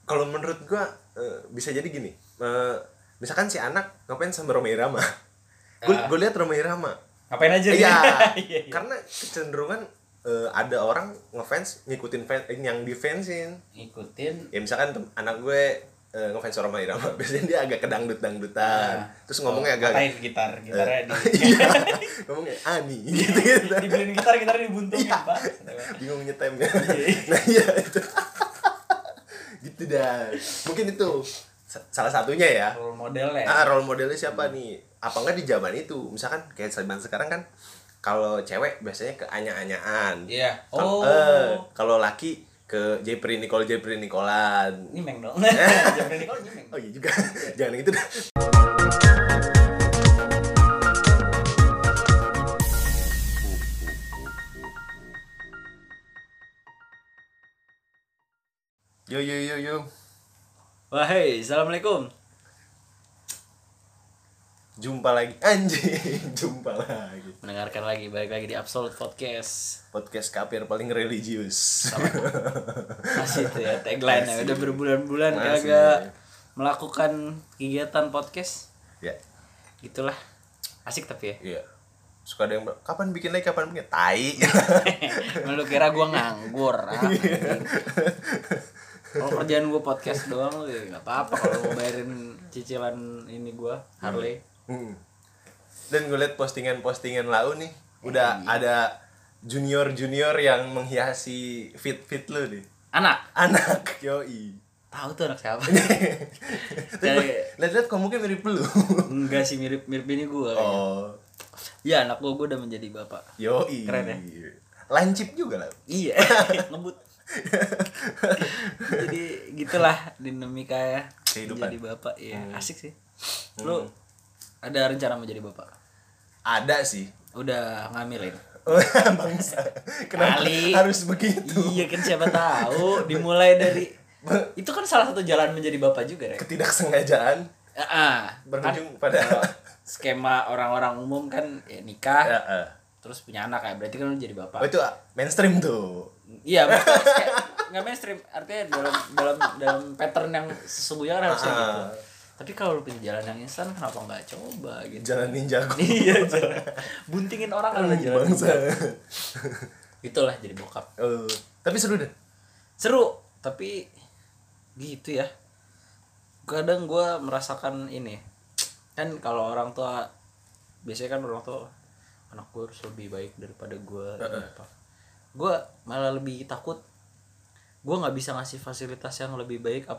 Kalau menurut gue bisa jadi gini. Misalkan si anak ngapain sama Rhoma Irama. Gue lihat Rhoma Irama. Ngapain aja nih? Iya. Iya. Karena kecenderungan ada orang ngefans ngikutin fans yang difansin. Ngikutin. Ya misalkan anak gue ngefans Rhoma Irama, biasanya dia agak kedangdut-dangdutan. Terus ngomongnya agak matain gitarnya iya. Ngomongnya Ani gitu. dibeliin gitarnya dibuntungin, Pak. Bingung nyetemnya. Nah, iya itu. Gitu dah. Mungkin itu salah satunya ya. Role modelnya. Role modelnya siapa nih? Apa enggak di zaman itu? Misalkan kayak zaman sekarang kan kalau cewek biasanya ke anya-anyaan. Iya. Kalau laki ke Jepri Nicolan. Nyimeng dong. Jepri Nicole nyimeng. Oh iya juga. Jangan gitu dah. Yo. Wah, hey, assalamualaikum. Jumpa lagi anjing. Jumpa lagi. Mendengarkan lagi, balik lagi di Absolute Podcast. Podcast kapir paling religius. Masih itu ya tagline-nya. Udah berbulan-bulan Masih. kagak melakukan kegiatan podcast. Ya. Gitulah. Asik tapi ya. Iya. Suka ada yang kapan bikin lagi, kapan bikin tai. Lu kira gua nganggur. Kalau kerjaan gua podcast doang ya enggak apa-apa kalau mau bayarin cicilan ini gua Harley. Dan gue liat postingan lau nih, udah ada junior yang menghiasi fit lu nih. Anak yoi. Tahu tuh anak siapa? Lihat kok mungkin mirip lu. Enggak sih, mirip ini gua kayaknya. Oh. Ya, anak gua udah menjadi bapak. Yoi. Keren ya? Lancip juga lah. Iya, ngebut. Jadi gitulah dinamika ya. Kehidupan. Jadi bapak, ya asik sih. Lu ada rencana mau jadi bapak? Ada sih. Udah ngamilin? Bangsa. Kenapa Kali. harus begitu? Iya kan, siapa tahu dimulai dari itu kan salah satu jalan menjadi bapak juga, Rek. Ketidaksengajaan berujung pada skema orang-orang umum kan ya nikah. Ya, Terus punya anak ya, berarti kan lu jadi bapak. Oh itu mainstream tuh. Iya, maksudnya nggak mainstream, artinya dalam pattern yang sesungguhnya kan harusnya gitu. Tapi kalau lu punya jalan yang instan, kenapa nggak coba gitu? Jalan ninjago. Iya, jalan buntingin orang adalah jalan Bangsa. Itulah jadi bokap. Tapi seru deh. Seru, tapi gitu ya. Kadang gue merasakan ini. Kan kalau orang tua, biasanya kan orang tua, anak gue harus lebih baik daripada gue. Gue malah lebih takut gue nggak bisa ngasih fasilitas yang lebih baik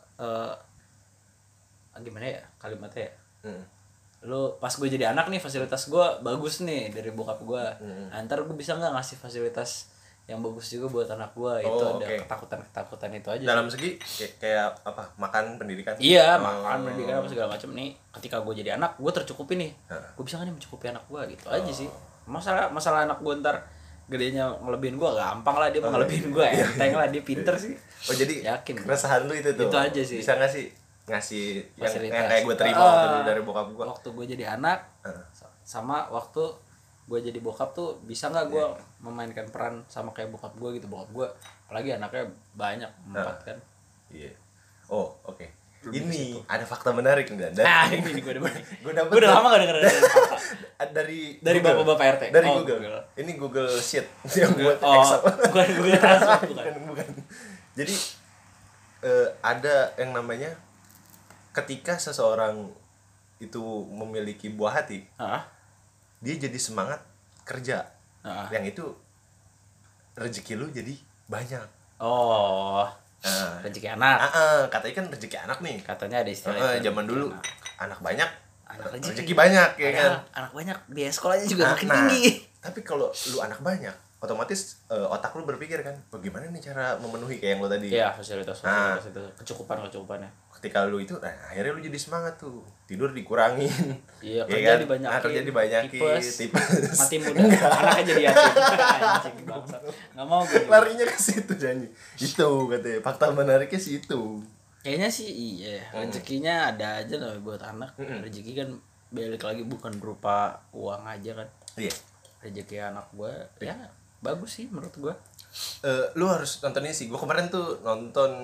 gimana ya kalimatnya ya. Lu pas gue jadi anak nih, fasilitas gue bagus nih dari bokap gue. Ntar gue bisa nggak ngasih fasilitas yang bagus juga buat anak gue. Itu ada ketakutan itu aja dalam sih. segi kayak apa, makan, pendidikan. Iya, makan, pendidikan apa segala macam nih. Ketika gue jadi anak, gue tercukupi nih. Gue bisa nggak nih mencukupi anak gue gitu aja sih. Masalah anak gue ntar gedenya ngelebihin gue gampang lah, dia mau ngelebihin gue enteng lah, dia pinter sih. Oh jadi yakin keresahan lu itu tuh. Itu aja sih. Bisa nggak sih ngasih yang kayak gue terima waktu dari bokap gue. Waktu gue jadi anak sama waktu gue jadi bokap tuh bisa nggak gue memainkan peran sama kayak bokap gue gitu. Bokap gue apalagi anaknya banyak, 4 kan. Iya. Oh oke. Ini ada fakta menarik nih. Ini gue dapet udah lama gak denger dari bapak-bapak RT. Dari Google. Ini Google Sheet yang buat Excel. Bukan Google Translate, bukan. Jadi ada yang namanya ketika seseorang itu memiliki buah hati, dia jadi semangat kerja. Yang itu rezeki lu jadi banyak. Oh. Rezeki anak. Katanya kan rezeki anak nih. Katanya ada istilah itu. Zaman dulu anak banyak, anak rezeki banyak ya kan. Anak banyak biaya sekolahnya juga makin tinggi. Tapi kalau lu anak banyak, otomatis otak lu berpikir kan, bagaimana nih cara memenuhi kayak yang lu tadi. Iya, fasilitas itu kecukupannya. Ketika lu itu, akhirnya lu jadi semangat tuh. Tidur dikurangin. Iya, kerja kan? Dibanyakin. Kerja dibanyakin. Tipes. Mati muda. Anaknya jadi yatim. Anjing bangsa. Enggak mau gue. Larinya ke situ janji. Itu katanya. Fakta menariknya sih itu. Kayaknya sih iya. Rezekinya ada aja lah buat anak. Rezeki kan balik lagi bukan berupa uang aja kan. Iya. Rezeki anak gue ya bagus sih menurut gue. Lu harus nonton ini sih. Gue kemarin tuh nonton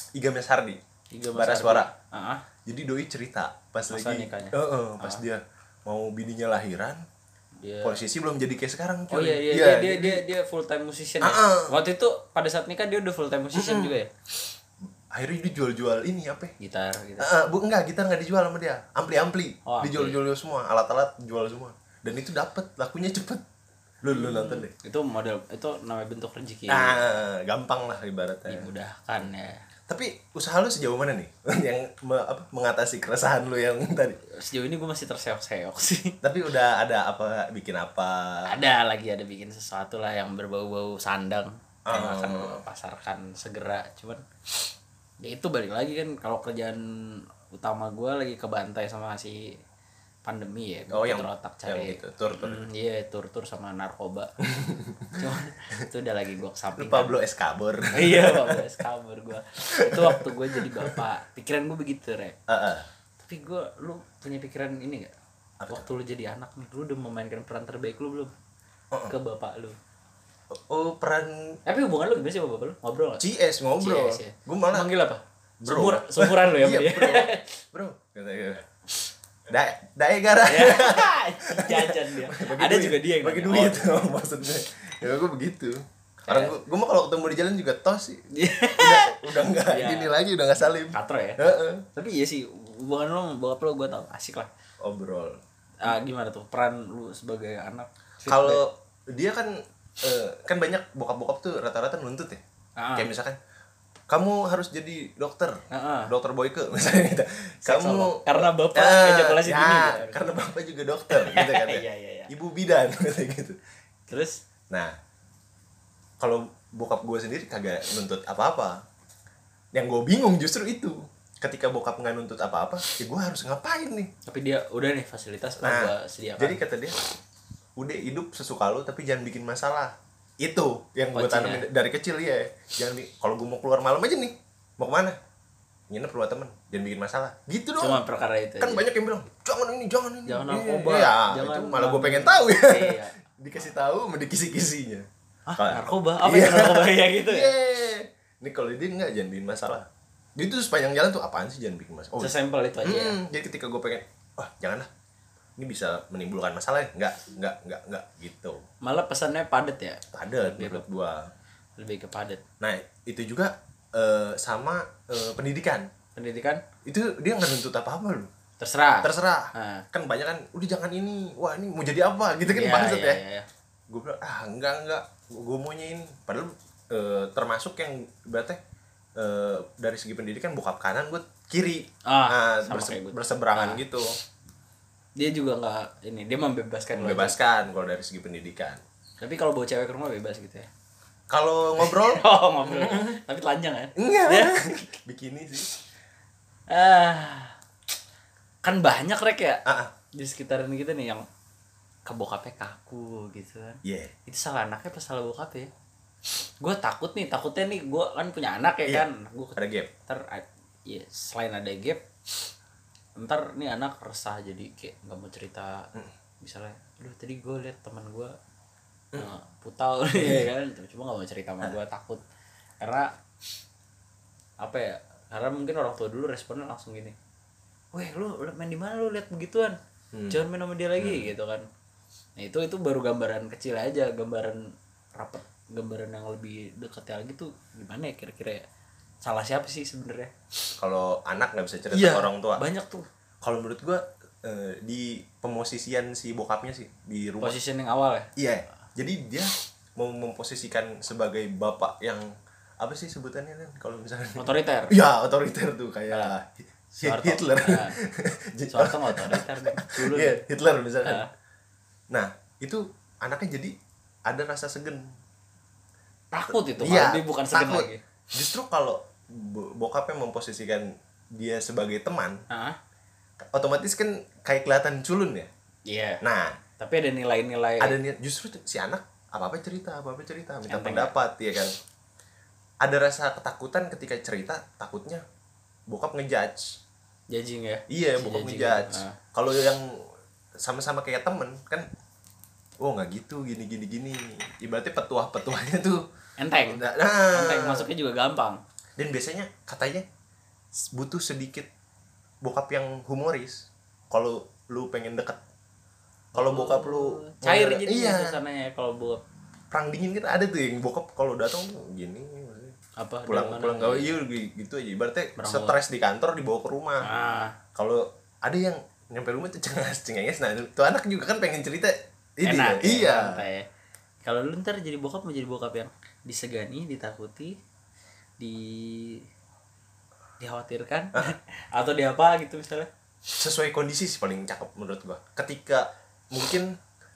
Iga Mesardi. Bara Suara. Jadi doi cerita pas masa lagi pas dia mau bininya lahiran. Posisi belum jadi kayak sekarang. Oh iya, dia full time musician ya. Waktu itu pada saat nikah dia udah full time musician juga ya. Akhirnya dia jual-jual ini apa? Gitar. Enggak, gitar enggak dijual sama dia. Ampli. Dijual-jual semua, alat-alat jual semua. Dan itu dapat, lakunya cepet. Lu nonton deh. Itu model, itu namanya bentuk rezeki. Gampang lah ibaratnya. Dimudahkan ya. Tapi usaha lu sejauh mana nih yang mengatasi keresahan lu yang tadi? Sejauh ini gue masih terseok-seok sih. Tapi udah ada apa, bikin apa? Ada bikin sesuatu lah yang berbau-bau sandang yang akan gue pasarkan segera. Cuman ya itu balik lagi kan, kalau kerjaan utama gue lagi kebantai sama si pandemi ya. Yang otak cari gitu, tur. Iya, tur sama narkoba. Cuman itu udah lagi gue kesampingkan. Pablo Escobar. Iya, Pablo Escobar gue. Itu waktu gue jadi bapak, pikiran gue begitu, Rek. Tapi lu punya pikiran ini gak? Waktu lu jadi anak nih, lu udah memainkan peran terbaik lu belum? Ke bapak lu. Peran. Tapi hubungan lu gimana sih sama bapak lu? Ngobrol gak? CS, ngobrol. Ya? Gue malah manggil apa? Sumuran lu ya? Iya, bro. Dae gara. Jajan dia. Ada juga dia yang bagi duit maksudnya. Ya gue begitu. Orang gue mah kalau ketemu di jalan juga tos sih. udah enggak gini lagi, udah enggak salim. Katro ya. Tapi iya sih, hubungan lu bokap lu gue tau asik lah. Obrol. Gimana tuh peran lu sebagai anak? Kalau dia kan banyak bokap-bokap tuh rata-rata nuntut ya. Kayak misalkan kamu harus jadi dokter, dokter Boyke misalnya gitu. Kamu karena bapak ejakulasi dini gitu. Karena bapak juga dokter gitu kan. Iya. Ibu bidan gitu. Terus, nah, kalau bokap gue sendiri kagak nuntut apa-apa. Yang gue bingung justru itu. Ketika bokap nggak nuntut apa-apa, ya gue harus ngapain nih? Tapi dia udah nih fasilitas gue sediakan. Jadi kata dia, udah hidup sesuka lu tapi jangan bikin masalah. Itu yang gue tanamin dari kecil ya. Jangan kalau gue mau keluar malam aja nih, mau kemana? Nginep rumah temen, jangan bikin masalah. Gitu dong. Cuma perkara itu. Kan banyak yang bilang, jangan jangan narkoba. Jangan, itu malah gue pengen tahu ya. Iya. Dikasih tahu, mau dikisi-kisinya. Narkoba? Apa itu narkoba ya gitu ya? Ini kalau dia enggak, jangan bikin masalah. Dia tuh sepanjang jalan tuh apaan sih jangan bikin masalah. Sesimpel itu aja ya. Jadi ketika gue pengen, janganlah. Ini bisa menimbulkan masalah ya? Enggak gitu. Malah pesannya padat ya? Padat menurut gua. Lebih ke padat. Nah, itu juga sama pendidikan. Pendidikan? Itu dia nggak nuntut apa-apa loh. Terserah. Kan banyak kan, udah jangan ini. Wah, ini mau jadi apa? Gitu kan bangsat ya. Iya. Gue bilang, enggak. Gue maunya ini. Padahal termasuk yang berarti dari segi pendidikan bokap kanan gue kiri. Berseberangan gitu. Dia juga nggak ini, dia membebaskan kalau dari segi pendidikan. Tapi kalau bawa cewek ke rumah bebas gitu ya. Kalau ngobrol ngobrol tapi telanjang kan? Enggak. Bikini sih. Kan banyak Rek ya di sekitaran kita nih yang ke bokapnya kaku gitu kan. Itu salah anaknya apa salah bokapnya? Gue takutnya nih gue kan punya anak ya kan. Gue ada gap. Selain ada gap, ntar nih anak resah jadi kayak nggak mau cerita. Misalnya, aduh tadi gue liat teman gue putau ya kan, cuma nggak mau cerita sama gue, takut karena apa ya? Karena mungkin orang tua dulu responnya langsung gini, weh lu main di mana lu liat begituan, jangan main sama dia lagi gitu kan. Nah itu baru gambaran kecil aja, gambaran rapet, gambaran yang lebih dekatnya lagi tuh gimana ya kira-kira ya? Salah siapa sih sebenarnya? Kalau anak nggak bisa cerita ke orang tua. Banyak tuh. Kalau menurut gua di pemosisian si bokapnya sih di rumah. Positioning awal ya. Iya. Jadi dia mau memposisikan sebagai bapak yang apa sih sebutannya kan? Kalau misalnya otoriter. Iya, otoriter tuh kayak Hitler. Soeharto nggak otoriter deh. Iya, Hitler misalnya. Nah, itu anaknya jadi ada rasa segan. Takut itu, dia bukan segan lagi. Justru kalau bokapnya memposisikan dia sebagai teman, otomatis kan kayak kelihatan culun ya. Iya. Nah, tapi ada nilai-nilai. Ada justru si anak apa-apa cerita, minta pendapat ya kan. Ada rasa ketakutan ketika cerita, takutnya bokap ngejudge. Judging ya. Iya, bokap ngejudge. Kalau yang sama-sama kayak temen kan, nggak gitu, gini. Ibaratnya petuahnya tuh enteng. Enteng masuknya juga gampang. Dan biasanya katanya butuh sedikit bokap yang humoris kalau lu pengen deket. Kalau bokap lu cair model- jadi iya, suasananya kalau buat perang dingin kan ada tuh yang bokap kalau datang gini apa pulang dari mana? pulang gawe iya gitu aja. Ibaratnya stres di kantor dibawa ke rumah. Kalau ada yang nyampe rumah tuh cengenges, nah tuh anak juga kan pengen cerita ini enak kan? Iya. ya. Kalau lu ntar jadi bokap mau jadi bokap yang disegani, ditakuti, dikhawatirkan atau di apa gitu misalnya. Sesuai kondisi sih paling cakep menurut gua. Ketika mungkin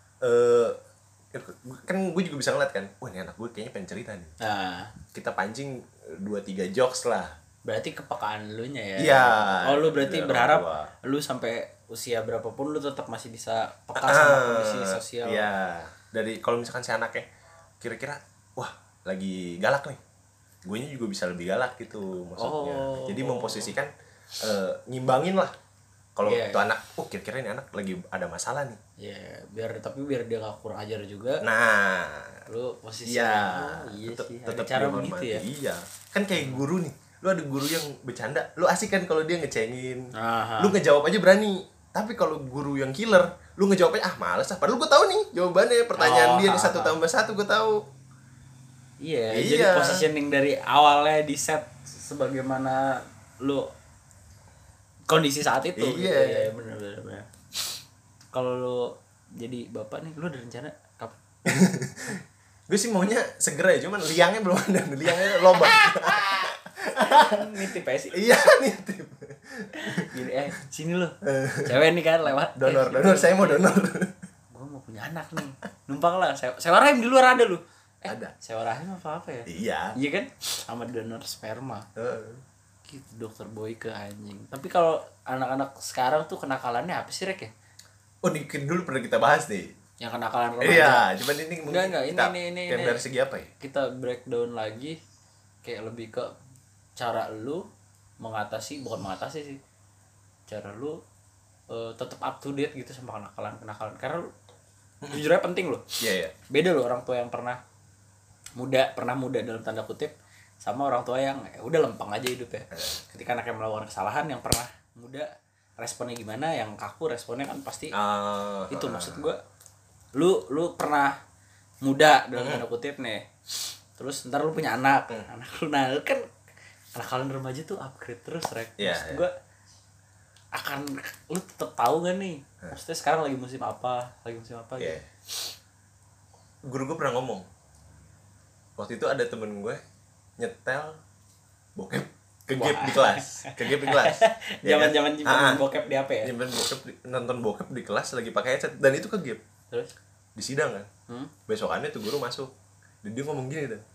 kan gue juga bisa ngeliat kan, wah ini anak gue kayaknya pengen cerita nih. Nah, Kita pancing 2-3 jokes lah. berarti kepekaan lu nya ya. Iya. Oh, lu berarti Dari orang berharap tua. lu sampai usia berapapun lu tetap masih bisa peka sama kondisi sosial. Iya. Dari kalau misalkan si anaknya kira-kira wah lagi galak nih, guenya juga bisa lebih galak gitu maksudnya. Jadi memposisikan ngimbangin lah. Kalau Iya, tuh anak, kira-kira ini anak lagi ada masalah nih. Ya, biar dia gak kurang ajar juga. Nah, Lu posisi iya, iya tetep, sih. Ada tetep cara dihormati. begitu ya. Iya, kan kayak guru nih. Lu ada guru yang bercanda, lu asik kan kalau dia ngecengin. Aha. Lu ngejawab aja berani. Tapi kalau guru yang killer, lu ngejawab aja males ah. Padahal gue tahu nih jawabannya, pertanyaan dia nih 1+1 gue tahu. Iya, Iya. jadi positioning dari awalnya di set sebagaimana lu kondisi saat itu. Iya. Gitu. Ya, benar. Kalau lu jadi bapak nih, lu ada rencana kapan? Gue sih maunya segera ya, cuman liangnya belum ada. Liangnya lobang. Nitip aja sih. Iya nih. Gini, sini lu. Cewek nih kan lewat. Donor, saya mau donor. Gua mau punya anak nih. Numpang lah, sewa rahim di luar ada lu. Ada. Sewa rahim apa ya? Iya. Iya kan? Sama donor sperma. Gitu, dokter Boyke anjing. Tapi kalau anak-anak sekarang tuh kenakalannya apa sih, Rek ya? Oh, dulu pernah kita bahas nih. Yang kenakalan remaja. Iya, cuman ini mungkin Enggak, ini yang dari segi apa ya? Kita breakdown lagi kayak lebih ke cara lu bukan mengatasi sih. Cara lu tetap up to date gitu sama kenakalan. Karena lu, jujur aja penting loh. Iya. Beda loh orang tua yang pernah muda dalam tanda kutip sama orang tua yang udah lempeng aja hidup ya. Ketika anaknya melakukan kesalahan, yang pernah muda responnya gimana, yang kaku responnya kan pasti itu. Maksud gua lu pernah muda dalam tanda kutip nih, terus ntar lu punya anak lu, nah lu kan kenakalan remaja tuh upgrade terus, Rek. Maksud gua akan lu tetap tahu gak nih maksudnya sekarang lagi musim apa gitu. Guru gue pernah ngomong waktu itu ada temen gue nyetel bokep ke gap di kelas, Zaman bokep di apa ya? Zaman bokep nonton bokep di kelas lagi pakai headset dan itu ke gap. Terus di sidang kan. Besokannya tuh guru masuk. Dan dia ngomong gini tuh.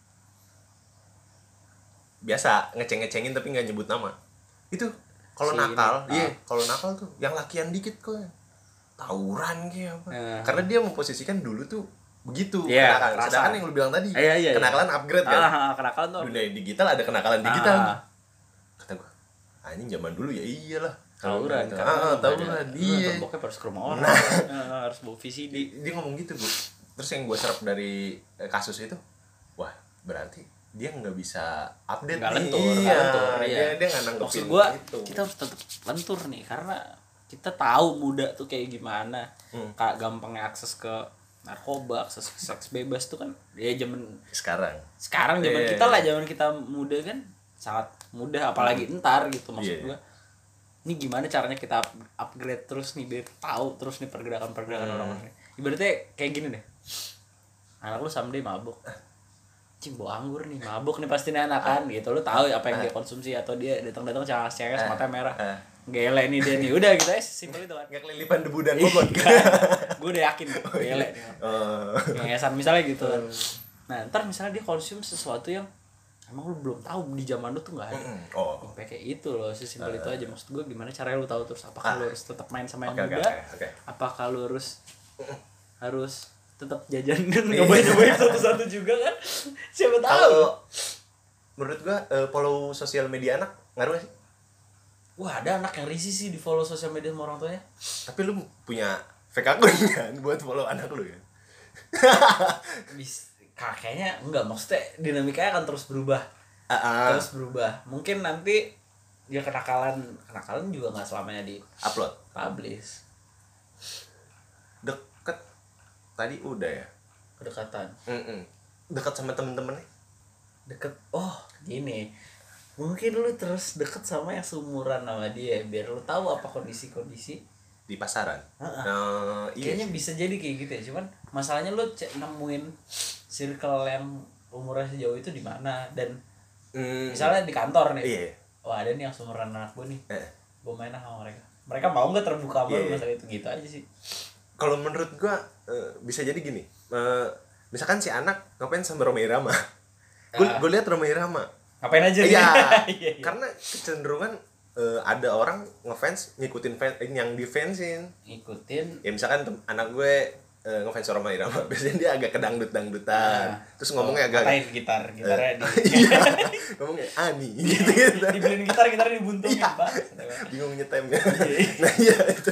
Biasa ngeceng-ngecengin tapi enggak nyebut nama. Itu kalau nakal, kalau nakal tuh yang lakian dikit kok. Tawuran kayak apa. Karena dia memposisikan dulu tuh begitu kenakalan. Sedangkan yang lu bilang tadi, kenakalan upgrade kan. Kenakalan tuh dunia digital ada kenakalan digital. Kata gua, anjing zaman dulu ya iyalah. Tawuran, tawuran. Iya. Bokep harus ke rumah orang. Harus bawa VCD. Dia ngomong gitu, Bu. Terus yang gue serap dari kasus itu, wah, berarti dia nggak bisa update nggak nih. lentur. Dia nggak nanggepin. Maksud gua, itu. kita harus tetap lentur nih karena kita tahu muda tuh kayak gimana. Kak gampangnya akses ke narkoba, akses ke seks bebas tuh kan ya zaman sekarang zaman kita lah, zaman kita muda kan sangat mudah, apalagi ntar gitu. Maksud gua ini gimana caranya kita upgrade terus nih biar tahu terus nih pergerakan orang-orang. Ibaratnya kayak gini deh, anak lu someday mabuk, cing bawa anggur nih, mabuk nih pasti nih anak kan gitu. Lu tahu apa yang dia konsumsi, atau dia datang cengas mata merah, gele nih dia nih, udah gitu aja, simpel itu kan. Nggak kelilipan debu dan bobot. Gue udah yakin gele nih, ngesan misalnya gitu kan. Nah ntar misalnya dia konsum sesuatu yang emang lu belum tahu di zaman lu tuh nggak ada. Kayak itu loh, sesimpel itu aja. Maksud gue gimana caranya lu tahu terus, apakah lu harus tetap main sama yang muda, apakah lu harus tetap jajan dan nyobain satu-satu juga kan, siapa tahu. Kalau menurut gua follow sosial media anak ngaruh gak sih? Wah, ada anak yang risih sih di follow sosial media sama orang tuanya. Tapi lu punya fake akun kan buat follow anak lu ya? Kayaknya enggak, maksudnya dinamikanya akan terus berubah terus berubah. Mungkin nanti dia kenakalan juga nggak selamanya di upload publish. Deket tadi udah ya, Kedekatan. Deket sama temen-temennya. Deket, oh gini, mungkin lu terus deket sama yang seumuran sama dia biar lu tahu apa kondisi Di pasaran. Iya kayaknya sih. bisa jadi kayak gitu ya. Cuman masalahnya lu nemuin circle yang umurnya sejauh itu di mana. Dan misalnya di kantor nih, Iya. wah ada nih yang seumuran anak gue nih, gue main sama mereka mau nggak terbuka sama lu masalah itu, gitu aja sih. Kalau menurut gua bisa jadi gini, misalkan si anak ngapain sama Rhoma Irama, gue lihat Rhoma Irama Ngapain aja nih? iya. Iya. Karena kecenderungan ada orang ngefans ngikutin fans yang difansin. Ngikutin. Ya misalkan anak gue ngefans Rhoma Irama, biasanya dia agak kedangdutan, terus ngomongnya agak matain gitarnya iya, ngomongnya Ani gitu. dibeliin gitarnya dibuntungin, Iya. Pak. Bingung nyetemnya. Nah iya itu.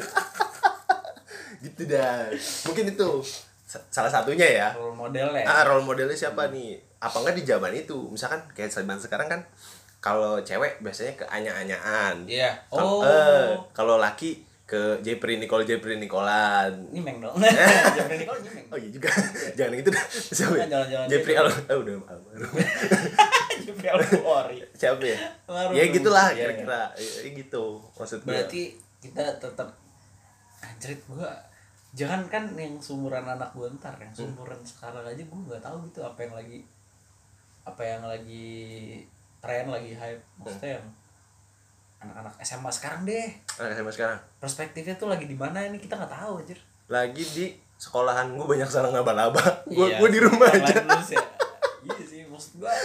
Gitu dah. Mungkin itu salah satunya ya. Role modelnya. Role modelnya siapa nih? Apa enggak di zaman itu? Misalkan kayak zaman sekarang kan kalau cewek biasanya ke anya-anyaan. Iya. Kalau laki ke Jepri Nicolan. Nyimeng dong. Jeffrey Nicole nyimeng. Oh iya juga. Jangan gitu dah. Siapa ya? Jangan Jepri udah almarhum. Jeffrey Albuori. Siapa ya? Almarhum. Ya gitulah Iya, kira-kira. Ya gitu maksud gue. Berarti kita tetap anjrit gua jangan kan yang seumuran anak gua ntar, yang seumuran sekarang aja gua nggak tahu gitu apa yang lagi tren, lagi hype. Maksudnya yang anak-anak SMA sekarang deh. Anak SMA sekarang. Perspektifnya tuh lagi di mana ini kita nggak tahu anjir. Lagi di sekolahan gue banyak sarang laba-laba. Iya, Gue di rumah yang aja. lain lulus ya. Iya sih maksud gua.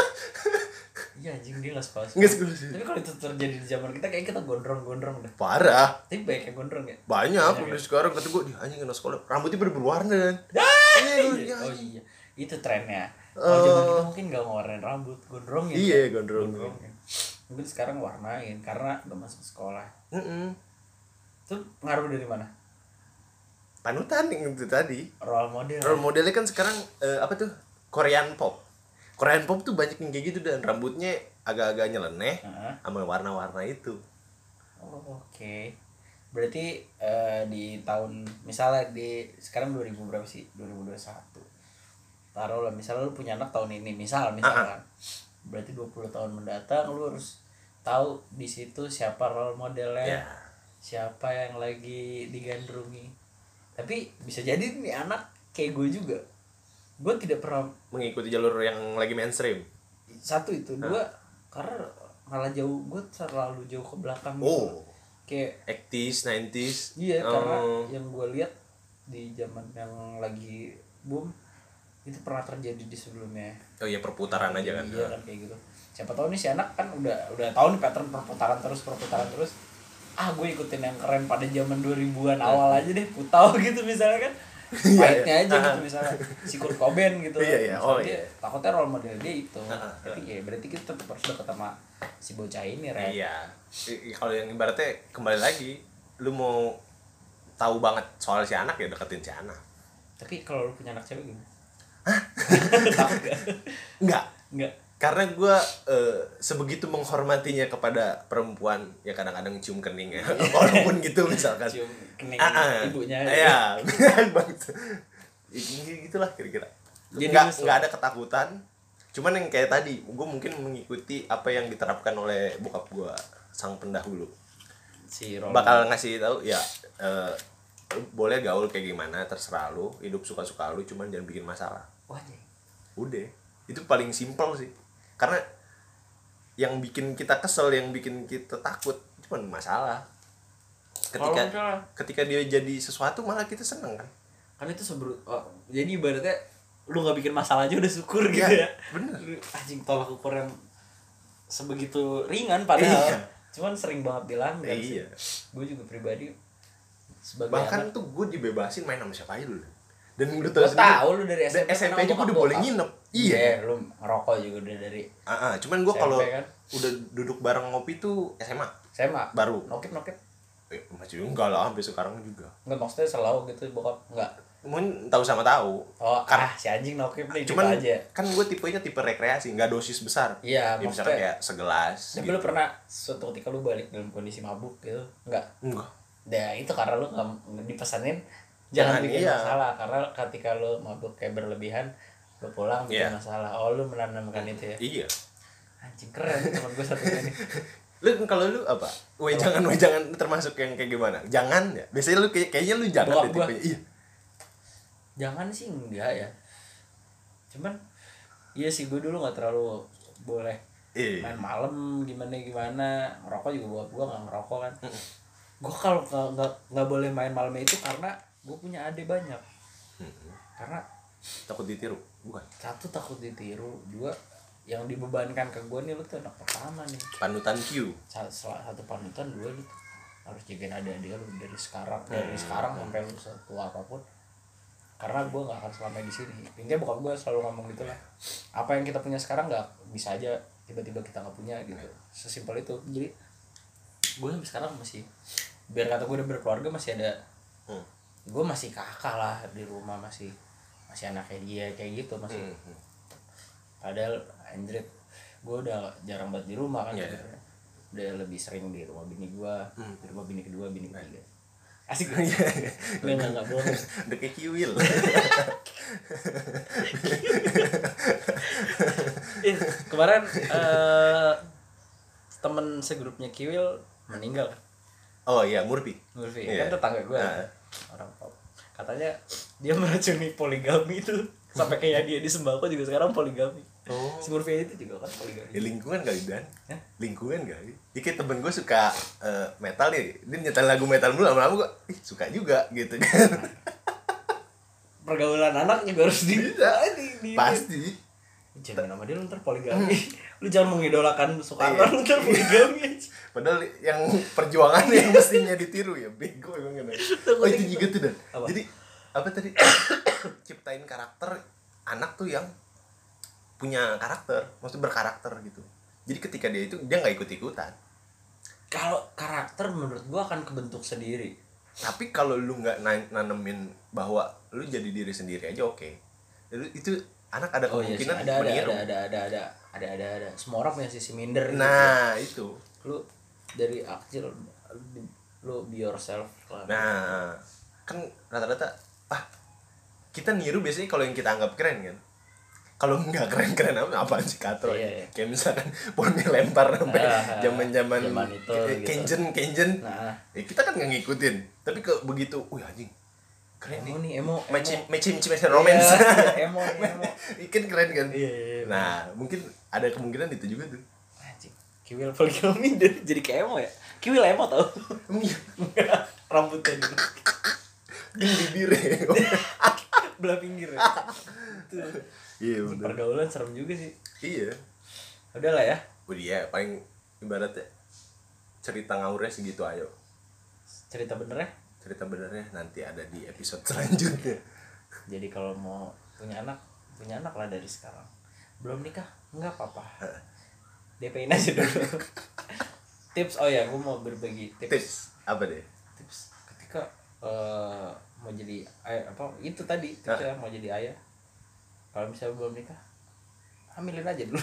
Iya anjing dia nggak sekolah. Nggak sekolah sih. Tapi kalau itu terjadi di zaman kita kayak kita gondrong dah. Parah. Tapi banyak yang gondrong ya. Banyak udah sekarang kata gue, anjing kena sekolah rambutnya berwarna kan. Iya. Oh iya, itu trennya. Kalau zaman kita mungkin nggak ngewarnain rambut, gondrongin. Iya, gondrong. Mungkin sekarang warnain karena udah masuk sekolah. Heeh. Itu ngaruh dari mana? Panutan yang itu tadi. Role model. Role modelnya kan sekarang apa tuh? Korean pop. Korean pop tuh banyak yang kayak gitu dan rambutnya agak-agak nyeleneh sama warna-warna itu. Oh, oke. Berarti di tahun misalnya di sekarang 2000 berapa sih? 2021. Taruhlah misalnya lu punya anak tahun ini, misalkan. Berarti 20 tahun mendatang lu harus tahu di situ siapa role modelnya. Ya. Siapa yang lagi digandrungi. Tapi bisa jadi nih anak kayak gue juga. Gue tidak pernah Mengikuti jalur yang lagi mainstream. satu itu, dua karena malah gue terlalu jauh ke belakang gitu. Oh. Kayak 80s, 90s. iya, karena yang gue lihat di zaman yang lagi boom itu pernah terjadi di sebelumnya. Oh iya, perputaran aja kan. Iya kan kayak gitu. Siapa tahu nih si anak kan udah tahu nih pattern perputaran terus. Gue ikutin yang keren pada zaman 2000-an awal aja deh, putau gitu misalnya kan. Baiknya aja gitu misalnya si Kurt Cobain gitu. Iya. Oh iya. Takutnya role model dia itu. Tapi ya berarti kita tetap harus dekat sama si bocah ini, Ren. Iya. Kalau yang ibaratnya kembali lagi, lu mau tahu banget soal si anak ya deketin si anak. Tapi kalau lu punya anak cewek gimana? Takut gak? Enggak. Karena gue sebegitu menghormatinya kepada perempuan ya kadang-kadang cium kening ya, walaupun gitu misalkan. Cium kening ibunya. Iya, gitulah kira-kira. Nggak ada ketakutan. Cuman yang kayak tadi, gue mungkin mengikuti apa yang diterapkan oleh bokap gue, sang pendahulu. Si Ron bakal ngasih tahu ya, boleh gaul kayak gimana terserah lu, hidup suka-suka lu, cuman jangan bikin masalah. Udah, itu paling simpel sih. Karena yang bikin kita kesel, yang bikin kita takut cuman masalah. Ketika dia jadi sesuatu malah kita seneng kan. Kan itu jadi ibaratnya lu nggak bikin masalah aja udah syukur gitu ya. Bener. Anjing, tolak ukur yang sebegitu ringan padahal. Iya. Cuman sering banget dilanggar Iya. sih. Gue juga pribadi sebagai bahkan anak, tuh gue dibebasin main sama siapa aja dulu. Dan lu gue tahu lu dari SMP aja gue udah boleh nginep. Iya, lu ngerokok juga udah dari cuman gue kalau kan? udah duduk bareng ngopi tuh SMA baru baru. nokip Masih enggak lah, sampai sekarang juga. nggak, maksudnya selalu gitu bokap nggak mungkin tahu sama tahu. Oh, si anjing nokip nih cuman gitu aja. Kan gue tipenya tipe rekreasi, nggak dosis besar. Iya, ya, misalnya kayak segelas tapi gitu. lu pernah suatu ketika lu balik dalam kondisi mabuk gitu? Enggak. Enggak. Itu karena lu nggak dipesanin jangan bikin iya. masalah, karena ketika lu mabuk kayak berlebihan lu pulang bikin masalah. Oh, lu menanamkan itu ya. Iya. Anjing keren teman gue satunya nih. Lu kalau lu apa? Jangan termasuk yang kayak gimana? Jangan ya. Biasanya lu kayaknya lu jangan deh tipenya. Iya. Jangan sih enggak ya. Cuman iya sih gue dulu nggak terlalu boleh main malam gimana ngerokok juga buat gue nggak ngerokok kan. Gue kalau nggak boleh main malamnya itu karena gue punya adik banyak. Karena takut ditiru, bukan? Satu takut ditiru, dua yang dibebankan ke gue nih, lu tuh anak pertama nih. Panutan Q. Satu panutan, dua lu tuh harus jagain adik-adik lu dari sekarang sampai lu setua apapun. Karena gue nggak akan selama di sini. Intinya bokap gue selalu ngomong gitu lah. Apa yang kita punya sekarang nggak bisa aja tiba-tiba kita nggak punya gitu. Sesimpel itu. Jadi gue sampai sekarang masih, biar kata gue udah berkeluarga masih ada, gue masih kakak lah di rumah, masih anaknya dia kayak gitu masih. Padahal anjrit gue udah jarang banget di rumah kan. Udah lebih sering di rumah bini gue, di rumah bini kedua, bini ketiga. Asik gue. Enggak bohong. Udah kayak Kiwil. Kemarin temen segrupnya Kiwil meninggal. Oh iya, Murphy. Kan tetangga gue. Orang pop. Katanya dia meracuni poligami itu. Sampai kayak dia di sembako juga sekarang poligami. Si Murphy itu juga kan poligami. Ya lingkungan kali Dan. Lingkungan kali. Jadi kayak temen gue suka metal nih. Dia nyetel lagu metal dulu, lama-lama gue suka juga gitu kan. Pergaulan anak juga harus di pasti. Jangan nama dia lu ntar poligami. Lu jangan mengidolakan Soekarno lu ntar poligami. Padahal yang perjuangan yang mestinya ditiru ya, bego emang kan. Oh itu juga tuh Dan. Jadi apa tadi? Ciptain karakter anak tuh yang punya karakter, maksudnya berkarakter gitu. Jadi ketika dia nggak ikut-ikutan. Kalau karakter menurut gua akan kebentuk sendiri. Tapi kalau lu nggak nanemin bahwa lu jadi diri sendiri aja oke. Itu anak ada kemungkinan meniru. Ada. Semua orang punya sisi minder. Nah, gitu. Lu dari kecil lu be yourself lah. Nah, kan rata-rata kita niru biasanya kalau yang kita anggap keren kan. Kalau nggak keren-keren apaan sih katro. Kayak misalkan poni lempar sampai zaman-zaman Kenjen. Nah, kita kan nggak ngikutin. Tapi begitu, anjing. Keren nih. Emo. Matching romance. Emo. Ikan keren kan. Iya. Nah, mungkin ada kemungkinan itu juga tuh. Anjing. Kiwil poligami jadi kayak emo ya. Kiwil emo tau. Rambutnya gitu. Bibirnya. Belah pinggir ya. Iya bener. Pergaulan serem juga sih. Iya. Udah lah ya. Dia paling ibaratnya cerita ngawurnya segitu ayo. Cerita benernya nanti ada di episode selanjutnya. Jadi kalau mau punya anak lah dari sekarang. Belum nikah nggak apa-apa. DP-in aja dulu. Tips, gue mau berbagi tips. Apa deh? Tips ketika mau jadi ayah, itu tadi tipsnya mau jadi ayah. Kalau misalnya belum nikah, hamilin aja dulu.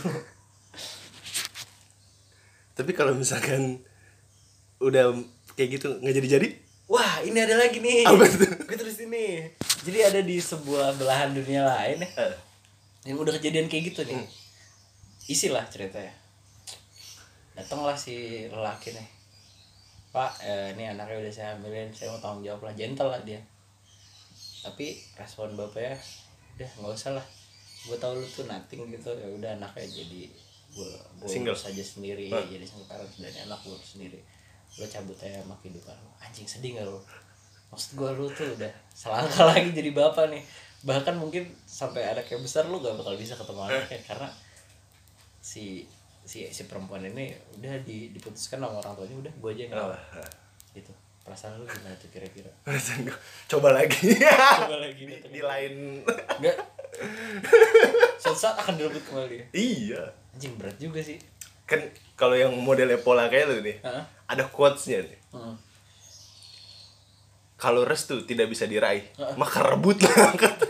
Tapi kalau misalkan udah kayak gitu nggak jadi? Wah, ini ada lagi nih. Apa tuh? Gue tulis ini. Jadi ada di sebuah belahan dunia lain ya. Yang udah kejadian kayak gitu nih. Isilah ceritanya. Datanglah si lelaki nih. Pak, ini anaknya udah saya hamilin, saya mau tanggung jawab lah, gentle lah dia. Tapi respon bapaknya, udah nggak usah lah. Gue tau lu tuh nothing gitu, ya udah anaknya jadi gue urus aja sendiri, jadi single parent dan anak gue sendiri. Lo cabut aja sama kehidupan lo. Anjing, sedih gak lo? Maksud gue lu tuh udah selangkah lagi jadi bapak nih. Bahkan mungkin sampai anaknya besar lu gak bakal bisa ketemu anaknya karena si perempuan ini udah diputuskan sama orang tuanya, udah gue aja yang ngelawan. Gitu. Perasaan lu gimana tuh kira-kira? Perasaan gue coba lagi di lain. Enggak. Suatu saat akan direbut kembali. Iya. Anjing, berat juga sih. Kan kalau yang modelnya pola kayak lu nih, ada quotes-nya nih. kalau restu tidak bisa diraih, maka rebutlah.